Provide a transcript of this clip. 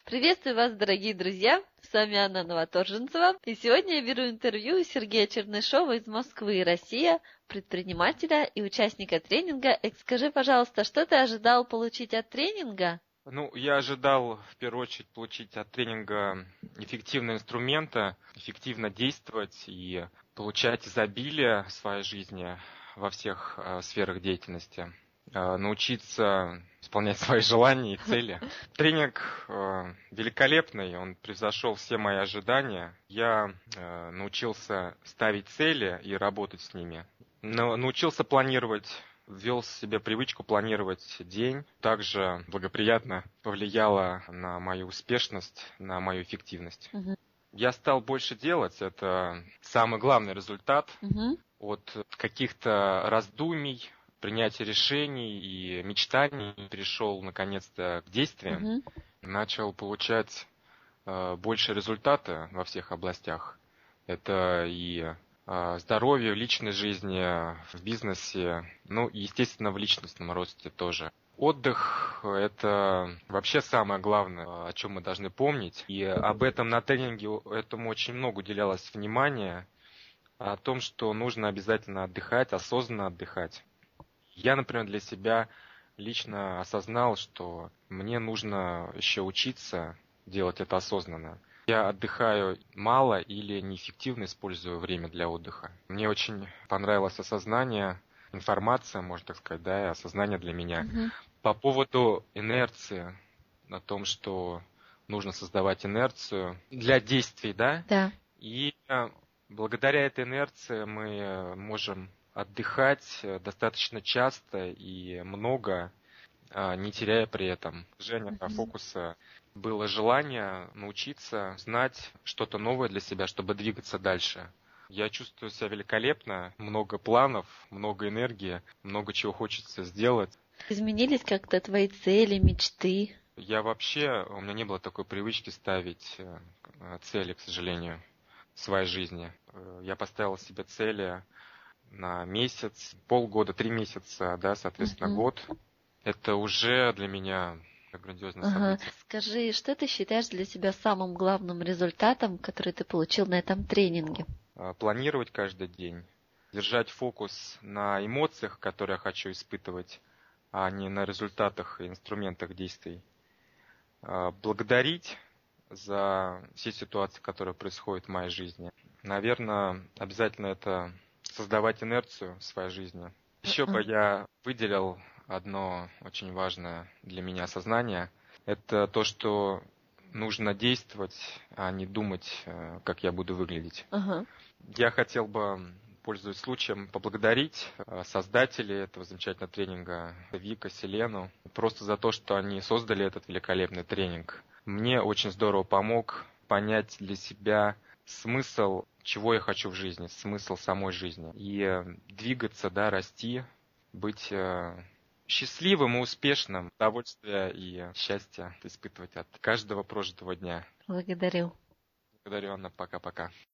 Приветствую вас, дорогие друзья! С вами Анна Новоторженцева. И сегодня я беру интервью у Сергея Чернышова из Москвы, Россия, предпринимателя и участника тренинга. Скажи, пожалуйста, что ты ожидал получить от тренинга? Я ожидал в первую очередь получить от тренинга эффективные инструменты, эффективно действовать и получать изобилие в своей жизни во всех сферах деятельности, научиться исполнять свои желания и цели. Тренинг великолепный, он превзошел все мои ожидания. Я научился ставить цели и работать с ними. Научился планировать, ввел себе привычку планировать день. Также благоприятно повлияло на мою успешность, на мою эффективность. Я стал больше делать, это самый главный результат. От каких-то раздумий, принятия решений и мечтаний перешел наконец-то к действиям. Начал получать больше результата во всех областях. Это и здоровье, в личной жизни, в бизнесе, и, естественно, в личностном росте тоже. Отдых – это вообще самое главное, о чем мы должны помнить. И об этом на тренинге этому очень много уделялось внимания, о том, что нужно обязательно отдыхать, осознанно отдыхать. Я, например, для себя лично осознал, что мне нужно еще учиться делать это осознанно. Я отдыхаю мало или неэффективно использую время для отдыха. Мне очень понравилось осознание, информация, можно так сказать, и осознание для меня. По поводу инерции, о том, что нужно создавать инерцию для действий, Да. И благодаря этой инерции мы можем отдыхать достаточно часто и много, не теряя при этом движения, фокуса. Было желание научиться знать что-то новое для себя, чтобы двигаться дальше. Я чувствую себя великолепно, много планов, много энергии, много чего хочется сделать. Изменились как-то твои цели, мечты? У меня не было такой привычки ставить цели, к сожалению, в своей жизни. Я поставил себе цели на месяц, полгода, 3 месяца, соответственно, год. Это уже для меня грандиозное событие. Скажи, что ты считаешь для себя самым главным результатом, который ты получил на этом тренинге? Планировать каждый день, держать фокус на эмоциях, которые я хочу испытывать, а не на результатах и инструментах действий. Благодарить за все ситуации, которые происходят в моей жизни. Наверное, обязательно это создавать инерцию в своей жизни. Еще бы я выделил одно очень важное для меня осознание. Это то, что нужно действовать, а не думать, как я буду выглядеть. Я хотел бы, пользуясь случаем, поблагодарить создателей этого замечательного тренинга, Вика, Селену, просто за то, что они создали этот великолепный тренинг. Мне очень здорово помог понять для себя смысл, чего я хочу в жизни, смысл самой жизни. И двигаться, расти, быть счастливым и успешным, удовольствие и счастье испытывать от каждого прожитого дня. Благодарю. Благодарю, Анна. Пока-пока.